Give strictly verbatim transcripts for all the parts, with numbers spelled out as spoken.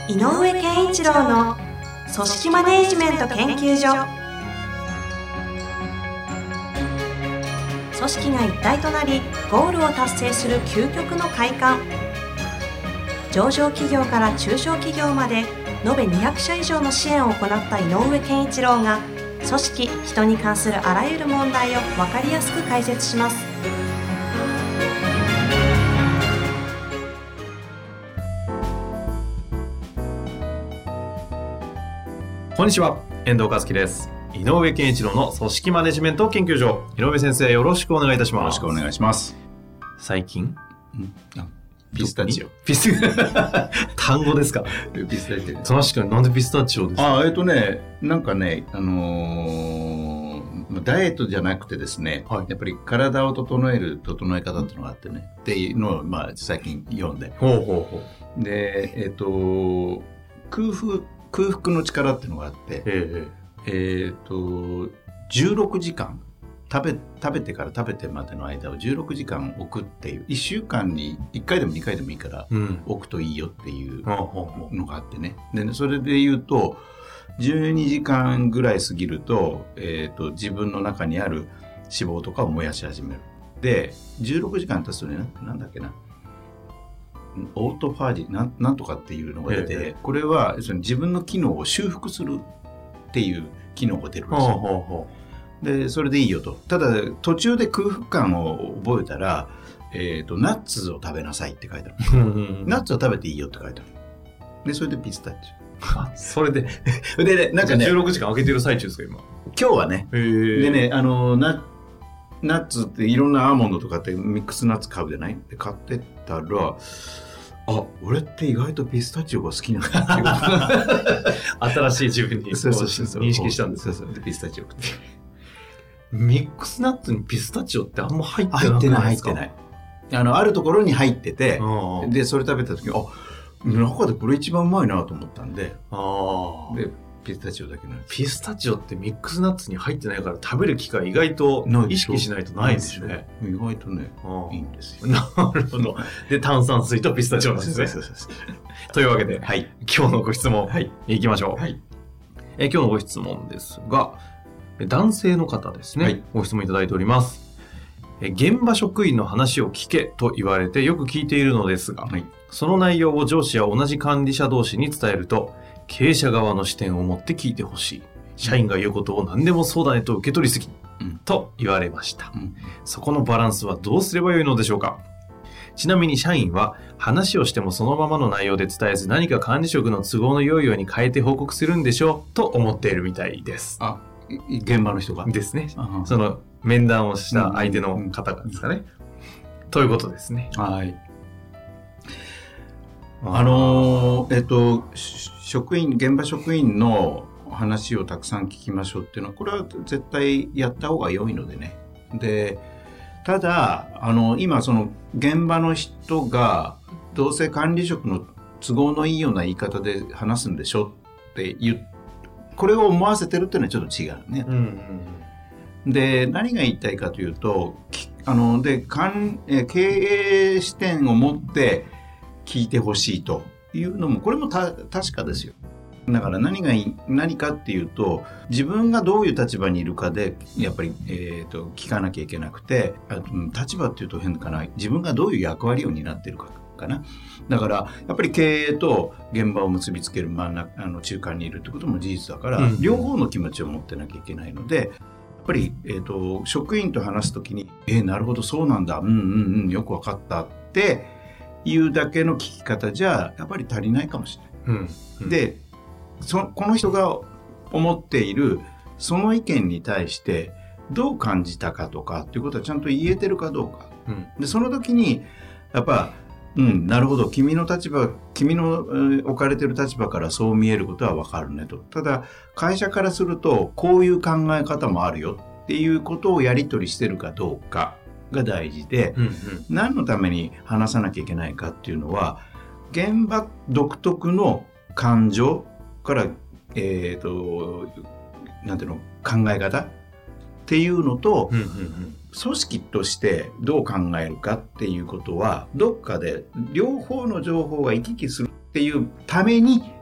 井上健一郎の組織マネージメント研究所。組織が一体となりゴールを達成する究極の快感。上場企業から中小企業まで延べにひゃくしゃ以上の支援を行った井上健一郎が、組織・人に関するあらゆる問題を分かりやすく解説します。 こんにちは、遠藤和樹です。井上健一郎の組織マネジメント研究所。井上先生、よろしくお願いいたします。 よろしくお願いします。 最近んピスタチオ。 ピス単語ですか？ ピスタチオ。 確かに、なんでピスタチオですか？ あ、えっとね、なんかね、あのー、ダイエットじゃなくてですね、はい、やっぱり体を整える整え方っていうのがあってね、っていうのを、まあ、最近読んで。 ほうほうほう。で、えっと、空腹、空腹の力っていうのがあって、えええー、とじゅうろくじかん食べ、食べてから食べてまでの間をじゅうろくじかん置くっていう、いっしゅうかんにいっかいでもにかいでもいいから置くといいよっていうのがあってね、でそれで言うとじゅうにじかんぐらい過ぎると、えー、と自分の中にある脂肪とかを燃やし始める。でじゅうろくじかん経つとね、なんだっけな、オートファージ な, なんとかっていうのが出て、ええ、これはその自分の機能を修復するっていう機能が出るんですよ。ほうほうほう。でそれでいいよと。ただ途中で空腹感を覚えたら、えーと、ナッツを食べなさいって書いてあるナッツを食べていいよって書いてある。でそれでピスタチオそれでで、ね、なんかね、 じゅうろくじかん空けてる最中ですか今？ 今日はね。でね、あのナナッツっていろんなアーモンドとかってミックスナッツ買うじゃない？で買ってったら、あ、俺って意外とピスタチオが好きなんだっていう新しい自分にそうそうそうそう認識したんですよ。 そうそうでピスタチオってミックスナッツにピスタチオってあんま入ってない入ってない入ってない。あのあるところに入ってて、でそれ食べた時に、あ、中でこれ一番うまいなと思ったんで、あでピスタチオだけなんです。 ピスタチオってミックスナッツに入ってないから食べる機会意外と意識しないとないですね。 意外とね、いいんですよ。 なるほど。で炭酸水とピスタチオなんですね。そうそうそうというわけで、はい、今日のご質問、はい、いきましょう、はい、え今日のご質問ですが、男性の方ですね、はい、ご質問いただいております。え現場職員の話を聞けと言われてよく聞いているのですが、はい、その内容を上司や同じ管理者同士に伝えると、経営者側の視点を持って聞いてほしい。社員が言うことを何でもそうだねと受け取りすぎ、うん、と言われました、うん。そこのバランスはどうすればよいのでしょうか。ちなみに社員は話をしてもそのままの内容で伝えず、何か管理職の都合の良いように変えて報告するんでしょうと思っているみたいです。 あ、現場の人がですね。その面談をした相手の方がですかね、うんうん、ということですね。 はい。あのー、えっと職員現場職員の話をたくさん聞きましょうっていうのは、これは絶対やった方が良いのでね。でただあの今その現場の人がどうせ管理職の都合のいいような言い方で話すんでしょって言う、これを思わせてるっていうのはちょっと違うね、うんうん、で何が言いたいかというと、あのでかんえ経営視点を持って聞いてほしいというのも、これもた確かですよ。だから何がいい何かっていうと、自分がどういう立場にいるかでやっぱり、えー、と聞かなきゃいけなくて、あ立場っていうと変かな、自分がどういう役割を担っているかかな。だからやっぱり経営と現場を結びつける真ん中、あの中間にいるってことも事実だから、うん、両方の気持ちを持ってなきゃいけないので、やっぱり、えー、と職員と話すときに、えー、なるほどそうなんだ、うんうんうん、よく分かったっていうだけの聞き方じゃやっぱり足りないかもしれない、うんうん、でそこの人が思っているその意見に対してどう感じたかとかっていうことはちゃんと言えてるかどうか、うん、でその時にやっぱ、うん、なるほど、君の立場君の、えー、置かれてる立場からそう見えることは分かるねと。ただ会社からするとこういう考え方もあるよっていうことをやり取りしてるかどうかが大事で、うんうん、何のために話さなきゃいけないかっていうのは、現場独特の感情から、えーと、なんていうの、考え方っていうのと、うんうんうん、組織としてどう考えるかっていうことは、どっかで両方の情報が行き来するっていうために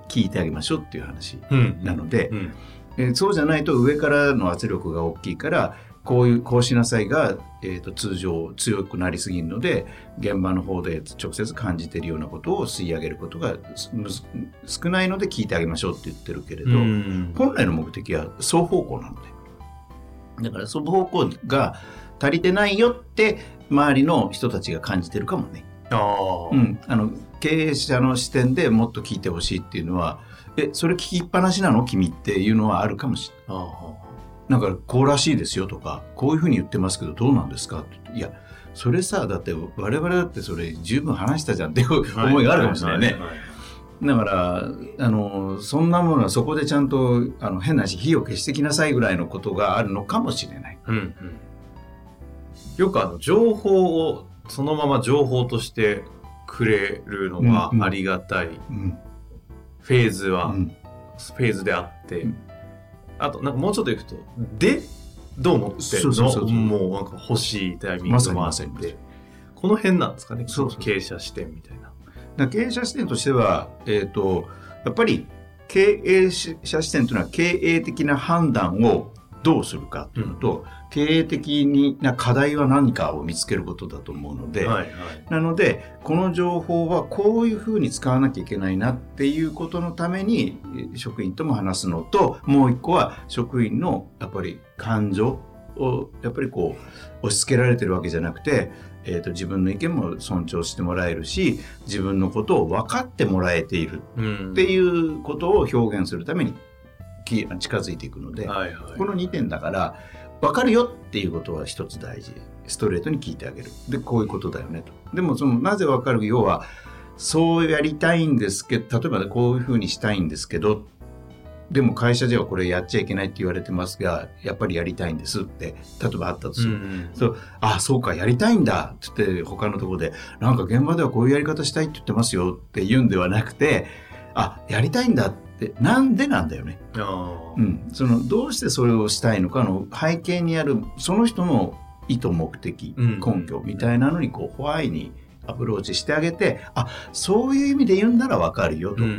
聞いてあげましょうっていう話うんなので、 うんえーそうじゃないと上からの圧力が大きいからこういうこうしなさいが、えーと通常強くなりすぎるので現場の方で直接感じているようなことを吸い上げることがむず少ないので聞いてあげましょうって言ってるけれど、 うん本来の目的は双方向なのでだから双方向が足りてないよって周りの人たちが感じてるかもね。 あーうん、あの経営者の視点でもっと聞いてほしいっていうのはえそれ聞きっぱなしなの君っていうのはあるかもしれない。 あーなんかこうらしいですよとかこういうふうに言ってますけどどうなんですかって。いやそれさだって我々だってそれ十分話したじゃんっていう思いがあるかもしれないね。 はいはいはいはいだからあのそんなものはそこでちゃんとあの変なし火を消してきなさいぐらいのことがあるのかもしれない。 うんうん、よくあの情報をそのまま情報としてくれるのがありがたいうんフェーズは、 うんフェーズであって、 うんあとなんかもうちょっといくとでどう思ってんそうそうそうそうのもうなんか欲しいタイミンまさにグもあって、 まさにこの辺なんですかね。 そうそう経営者視点みたいな。 だから経営者視点としては、えーと、やっぱり経営者視点というのは経営的な判断をどうするかというのと、うん、経営的な課題は何かを見つけることだと思うので、 はいはい、 なのでこの情報はこういうふうに使わなきゃいけないなっていうことのために職員とも話すのと、もう一個は職員のやっぱり感情をやっぱりこう押し付けられてるわけじゃなくて、えーと、自分の意見も尊重してもらえるし自分のことを分かってもらえているっていうことを表現するために近づいていくので、はいはい、このにてんだから分かるよっていうことは一つ大事。ストレートに聞いてあげる。でこういうことだよねと。でもそのなぜ分かる、要はそうやりたいんですけど、例えばこういうふうにしたいんですけど、でも会社ではこれやっちゃいけないって言われてますがやっぱりやりたいんですって例えばあったとする、うんうん、そうあそうかやりたいんだって言って他のところでなんか現場ではこういうやり方したいって言ってますよって言うんではなくて、あやりたいんだってなんでなんだよね。あ、うん、そのどうしてそれをしたいのかの背景にあるその人の意図目的、うん、根拠みたいなのにこうホワイにアプローチしてあげて、あそういう意味で言うんなら分かるよと、うんうん、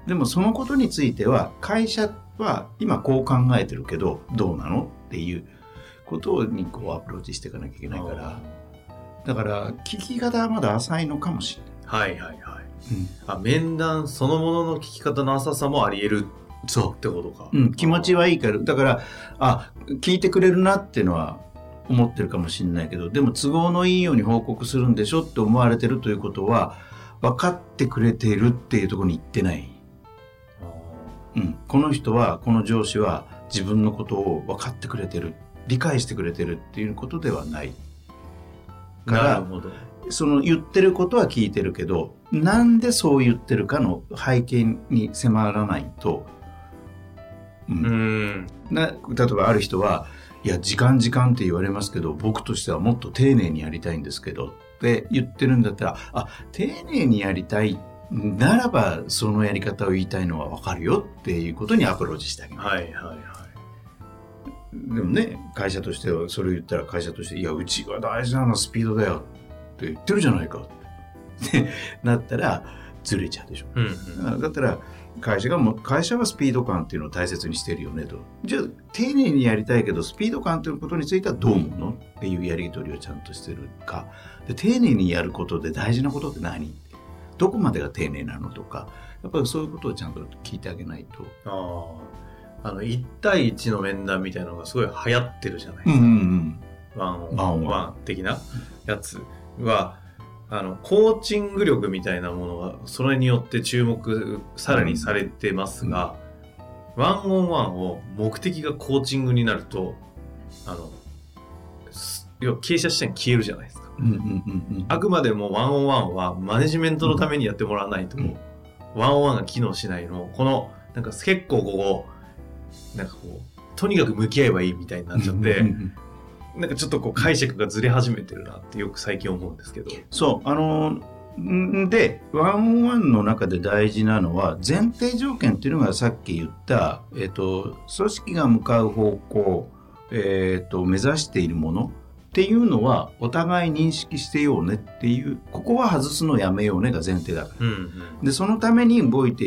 でもそのことについては会社は今こう考えてるけどどうなのっていうことにこうアプローチしていかなきゃいけないから、だから聞き方はまだ浅いのかもしれない。はいはいはい、 うん、あ面談そのものの聞き方の浅さもあり得るそうってことか、 うん、気持ちはいいから、だからあ聞いてくれるなっていうのは思ってるかもしれないけど、でも都合のいいように報告するんでしょって思われてるということは分かってくれているっていうところに行ってない、うん、この人はこの上司は自分のことを分かってくれてる理解してくれてるっていうことではないから、なるほど、その言ってることは聞いてるけどなんでそう言ってるかの背景に迫らないと、うん、うんな例えばある人はいや時間時間って言われますけど僕としてはもっと丁寧にやりたいんですけどって言ってるんだったら、あ丁寧にやりたいならばそのやり方を言いたいのは分かるよっていうことにアプローチしてあげる。はいはいはい。でもね会社としてはそれを言ったら会社としていやうちが大事なのはスピードだよって言ってるじゃないかってなったらずれちゃうでしょ、うんうん、だったら会社がも会社はスピード感っていうのを大切にしてるよねと。じゃあ丁寧にやりたいけどスピード感ということについてはどう思うのっていうやり取りをちゃんとしてるかで、丁寧にやることで大事なことって何、どこまでが丁寧なのとか、やっぱりそういうことをちゃんと聞いてあげないと。 ああのいち対いちの面談みたいなのがすごい流行ってるじゃないですか、うんうんうん、ワンオンワン的なやつはあのコーチング力みたいなものがそれによって注目さらにされてますが、うん、ワンオンワンを目的がコーチングになるとあの要は経営者視点消えるじゃないですか、うんうんうんうん、あくまでもワンオンワンはマネジメントのためにやってもらわないと、うん、ワンオンワンが機能しないのこのなんか結構ここなんかこうとにかく向き合えばいいみたいになっちゃって、うんうんうんなんかちょっとこう解釈がずれ始めてるなってよく最近思うんですけど。 そうあのでワンオンワンの中で大事なのは前提条件っていうのがさっき言った、えーと、組織が向かう方向、えーと、目指しているものっていうのはお互い認識してようねっていう、ここは外すのやめようねが前提だから、うんうん、でそのために動いている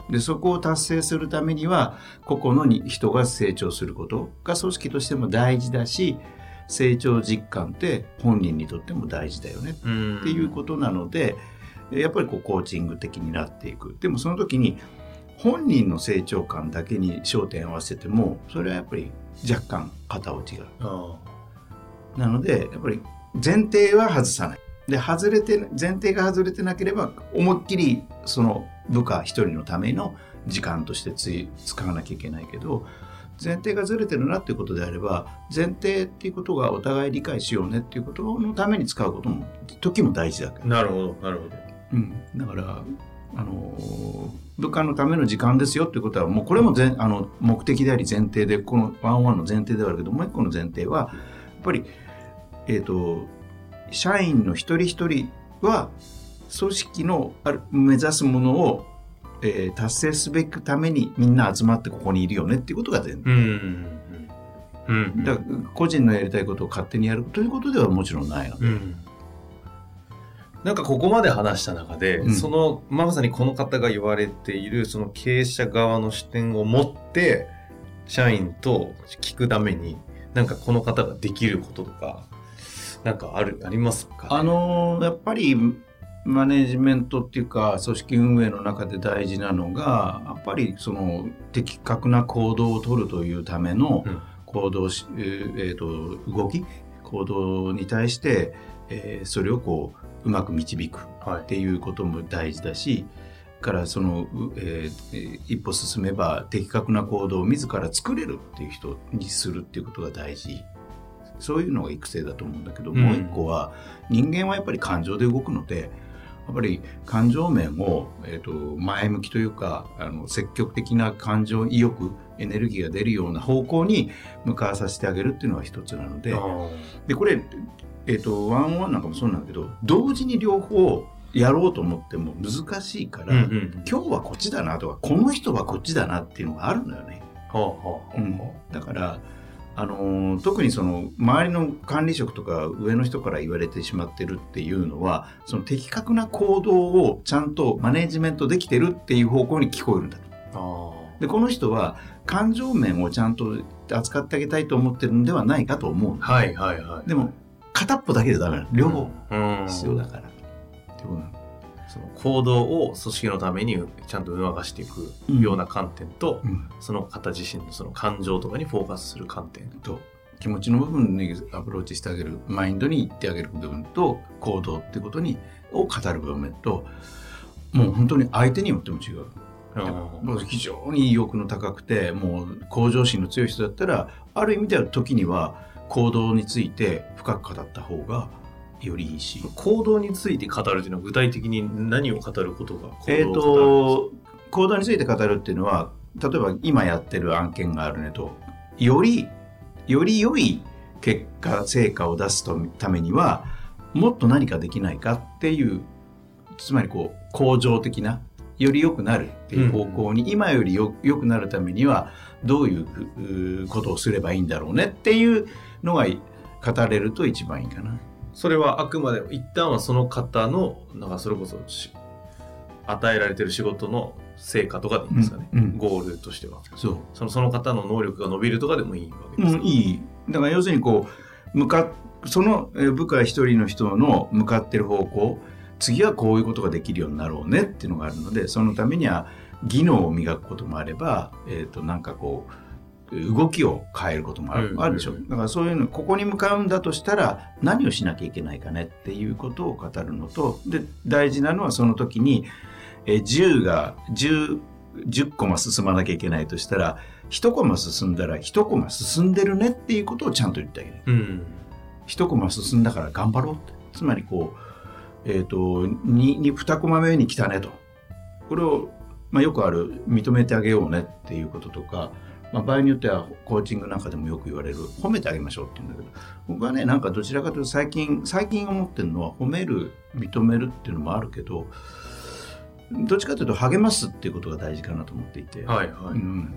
でそこを達成するためには個々のに人が成長することが組織としても大事だし、成長実感って本人にとっても大事だよねっていうことなので、やっぱりこうコーチング的になっていく。でもその時に本人の成長感だけに焦点を合わせてもそれはやっぱり若干型落ちがなので、やっぱり前提は外さないで、外れて前提が外れてなければ思いっきりその部下一人のための時間としてつい使わなきゃいけないけど、前提がずれてるなっていうことであれば前提っていうことがお互い理解しようねっていうことのために使うことも時も大事だから。 なるほどなるほど、 うん、だからあの部下のための時間ですよっていうことはもうこれも前あの目的であり前提で、このワンワンの前提ではあるけど、もう一個の前提はやっぱりえっと社員の一人一人は組織のある目指すものを、えー、達成すべくためにみんな集まってここにいるよねっていうことが前提、うんうんうん、だから個人のやりたいことを勝手にやるということではもちろんないので、うん、 なんかここまで話した中で、うん、そのまさにこの方が言われているその経営者側の視点を持って社員と聞くためになんかこの方ができることとかなんかあるありますかね？ あのやっぱりマネジメントっていうか組織運営の中で大事なのがやっぱりその的確な行動を取るというための行動し、うん、えー、と動き行動に対して、えー、それをこううまく導くっていうことも大事だし、はい、からその、えー、一歩進めば的確な行動を自ら作れるっていう人にするっていうことが大事。そういうのが育成だと思うんだけど、うん、もう一個は人間はやっぱり感情で動くので、やっぱり感情面を、えーと、前向きというかあの積極的な感情意欲エネルギーが出るような方向に向かわさせてあげるっていうのが一つなので、でこれ、えーと、ワンオンワンなんかもそうなんだけど同時に両方やろうと思っても難しいから、うんうんうん、今日はこっちだなとかこの人はこっちだなっていうのがあるのよね、はあはあうん、だからあのー、特にその周りの管理職とか上の人から言われてしまってるっていうのはその的確な行動をちゃんとマネジメントできてるっていう方向に聞こえるんだと。あでこの人は感情面をちゃんと扱ってあげたいと思ってるんではないかと思う、 はいはいはい、 でも片っぽだけでダメなの、両方必要だから、うん、ってことなの。 その行動を組織のためにちゃんと促していくような観点と、うん、その方自身のその感情とかにフォーカスする観点と気持ちの部分にアプローチしてあげるマインドに言ってあげる部分と行動ってことにを語る部分ともう本当に相手によっても違う。もう非常に意欲の高くてもう向上心の強い人だったらある意味では時には行動について深く語った方がよりいいし。 行動について語るというのは具体的に何を語ることが行動を語るんですか？ えーと、行動について語るっていうのは例えば今やってる案件があるねとよりより良い結果成果を出すためにはもっと何かできないかっていうつまりこう向上的なより良くなるっていう方向に、うん、今よりよ良くなるためにはどういうことをすればいいんだろうねっていうのが語れると一番いいかな。 それはあくまで一旦はその方のなんかそれこそ与えられてる仕事の成果とかでいいんですかね、うんうん、ゴールとしては。 そうそのその方の能力が伸びるとかでもいいわけですか、 うん、いい。だから要するにこう向かその部下一人の人の向かってる方向、次はこういうことができるようになろうねっていうのがあるので、そのためには技能を磨くこともあれば、えーとなんかこう動きを変えることもある、うん、あるでしょ。だからそういうのここに向かうんだとしたら何をしなきゃいけないかねっていうことを語るのと、で大事なのはその時にえじゅうがじゅう、じゅっコマ進まなきゃいけないとしたらいちコマ進んだらいちコマ進んでるねっていうことをちゃんと言ってあげる、うん、いちコマ進んだから頑張ろうって、つまりこう、えーと、に、にコマ目に来たねと、これを、まあ、よくある認めてあげようねっていうこととか、まあ、場合によってはコーチングなんかでもよく言われる褒めてあげましょうって言うんだけど、僕はねなんかどちらかというと最近最近思ってるのは褒める認めるっていうのもあるけど、どっちかというと励ますっていうことが大事かなと思っていて、はいはいうん、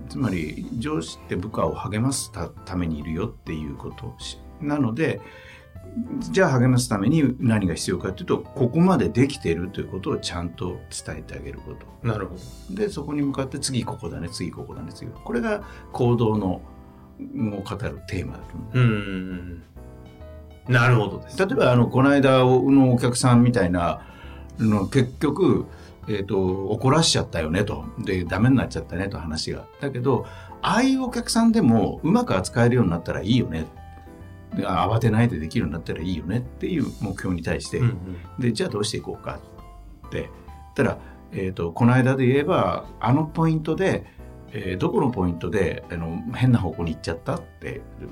つまり上司って部下を励ますためにいるよっていうことなので、 じゃあ励ますために何が必要かというと、ここまでできているということをちゃんと伝えてあげること。 なるほど。 でそこに向かって次ここだね、次ここだね、次これが行動のを語るテーマだと思う。 うん。なるほどです。 例えばあのこの間のお客さんみたいなの結局、えーと、怒らしちゃったよねと、でダメになっちゃったねと話が。だけどああいうお客さんでもうまく扱えるようになったらいいよね、で慌てないでできるようになったらいいよねっていう目標に対して、うんうん、でじゃあどうしていこうかってたら、えーと、この間で言えばあのポイントで、えー、どこのポイントであの変な方向に行っちゃったって、うん、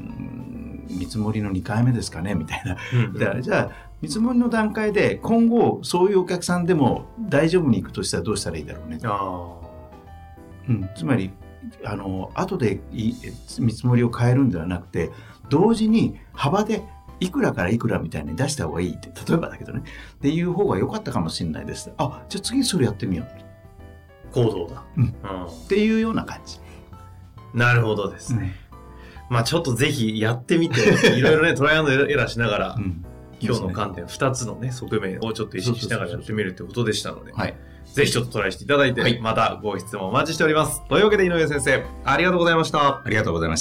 見積もりのにかいめですかねみたいな、うんうん、だからじゃあ見積もりの段階で今後そういうお客さんでも大丈夫に行くとしたらどうしたらいいだろうね。あ、うん、つまりあの後で見積もりを変えるんではなくて、同時に幅でいくらからいくらみたいに出した方がいいって、例えばだけどねっていう方が良かったかもしれないです。あ、じゃあ次それやってみよう、 行動だ、 うん、っていうような感じ。 なるほどですね、うん、まあちょっとぜひやってみていろいろねトライアンドエラーしながら、うん、今日の観点ふたつのね側面をちょっと意識しながらやってみるってことでしたので、はい、ぜひちょっとトライしていただいて、はい、またご質問お待ちしております。というわけで井上先生ありがとうございました。 ありがとうございました。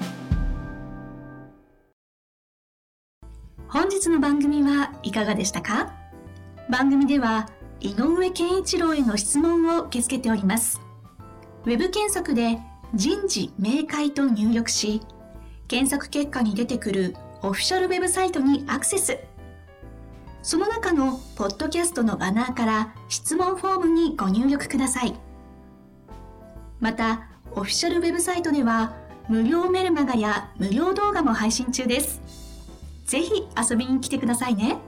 本日の番組はいかがでしたか？番組では井上健一郎への質問を受け付けております。ウェブ検索で人事明快と入力し、検索結果に出てくるオフィシャルウェブサイトにアクセス。その中のポッドキャストのバナーから質問フォームにご入力ください。また、オフィシャルウェブサイトでは無料メルマガや無料動画も配信中です。ぜひ遊びに来てくださいね。